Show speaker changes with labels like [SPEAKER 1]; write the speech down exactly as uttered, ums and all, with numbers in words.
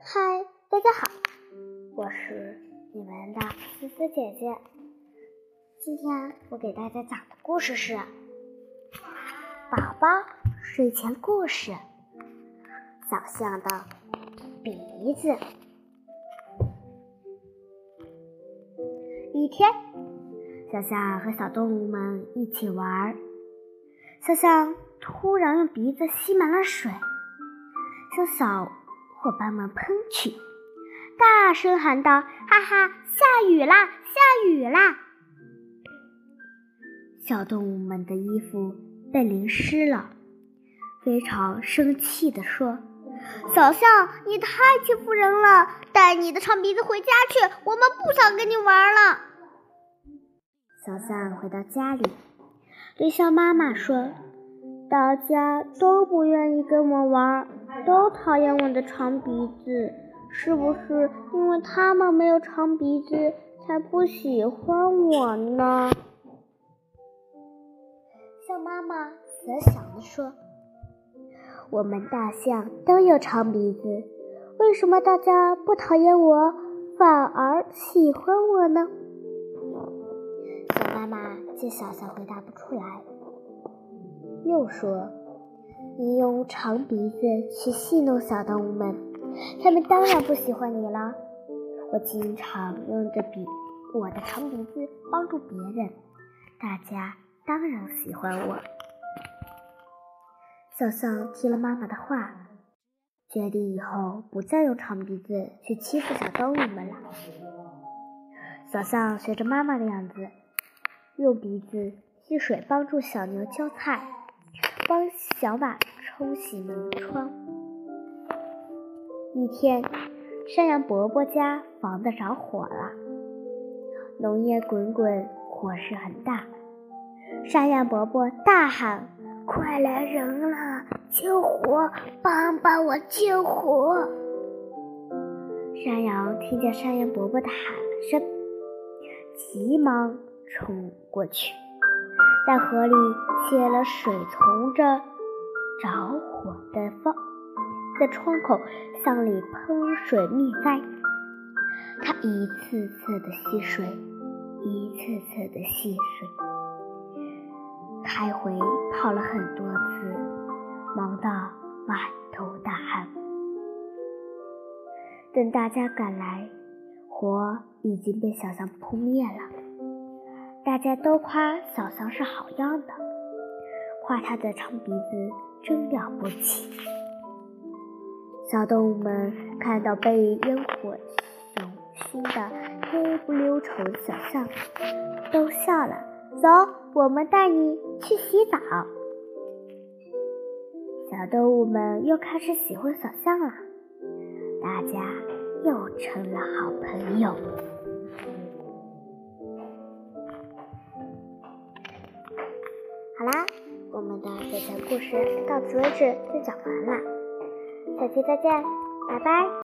[SPEAKER 1] 嗨，大家好，我是你们的思思姐姐。今天我给大家讲的故事是《宝宝睡前故事》。小象的鼻子。一天，小象和小动物们一起玩，小象突然用鼻子吸满了水，向小伙伴们喷去，大声喊道：哈哈，下雨啦，下雨啦！小动物们的衣服被淋湿了，非常生气地说：小象，你太欺负人了，带你的长鼻子回家去，我们不想跟你玩了。小象回到家里，对象妈妈说：大家都不愿意跟我玩，都讨厌我的长鼻子，是不是因为他们没有长鼻子才不喜欢我呢？象妈妈慈祥地说：我们大象都有长鼻子，为什么大家不讨厌我，反而喜欢我呢？象妈妈见小象回答不出来，又说：你用长鼻子去戏弄小动物们，他们当然不喜欢你了。我经常用着鼻我的长鼻子帮助别人，大家当然喜欢我。小象听了妈妈的话，决定以后不再用长鼻子去欺负小动物们了。小象学着妈妈的样子，用鼻子吸水帮助小牛浇菜，帮小马冲洗门窗。一天，山羊伯伯家房子着火了，浓烟滚滚，火势很大。山羊伯伯大喊：快来人了，救火，帮帮我救火！山羊听见山羊伯伯的喊声，急忙冲过去，在河里泄了水，从着着火的方在窗口向里喷水灭灾。他一次次的吸水，一次次的吸水，开回跑了很多次，忙得满头大汗。等大家赶来，火已经被小象扑灭了。大家都夸小象是好样的，夸它的长鼻子真了不起。小动物们看到被烟火熊熏得黑不溜丑的小象，都笑了。走，我们带你去洗澡。小动物们又开始喜欢小象了，大家又成了好朋友。好啦，我们的睡前故事到此为止就讲完了，下期再见，拜拜。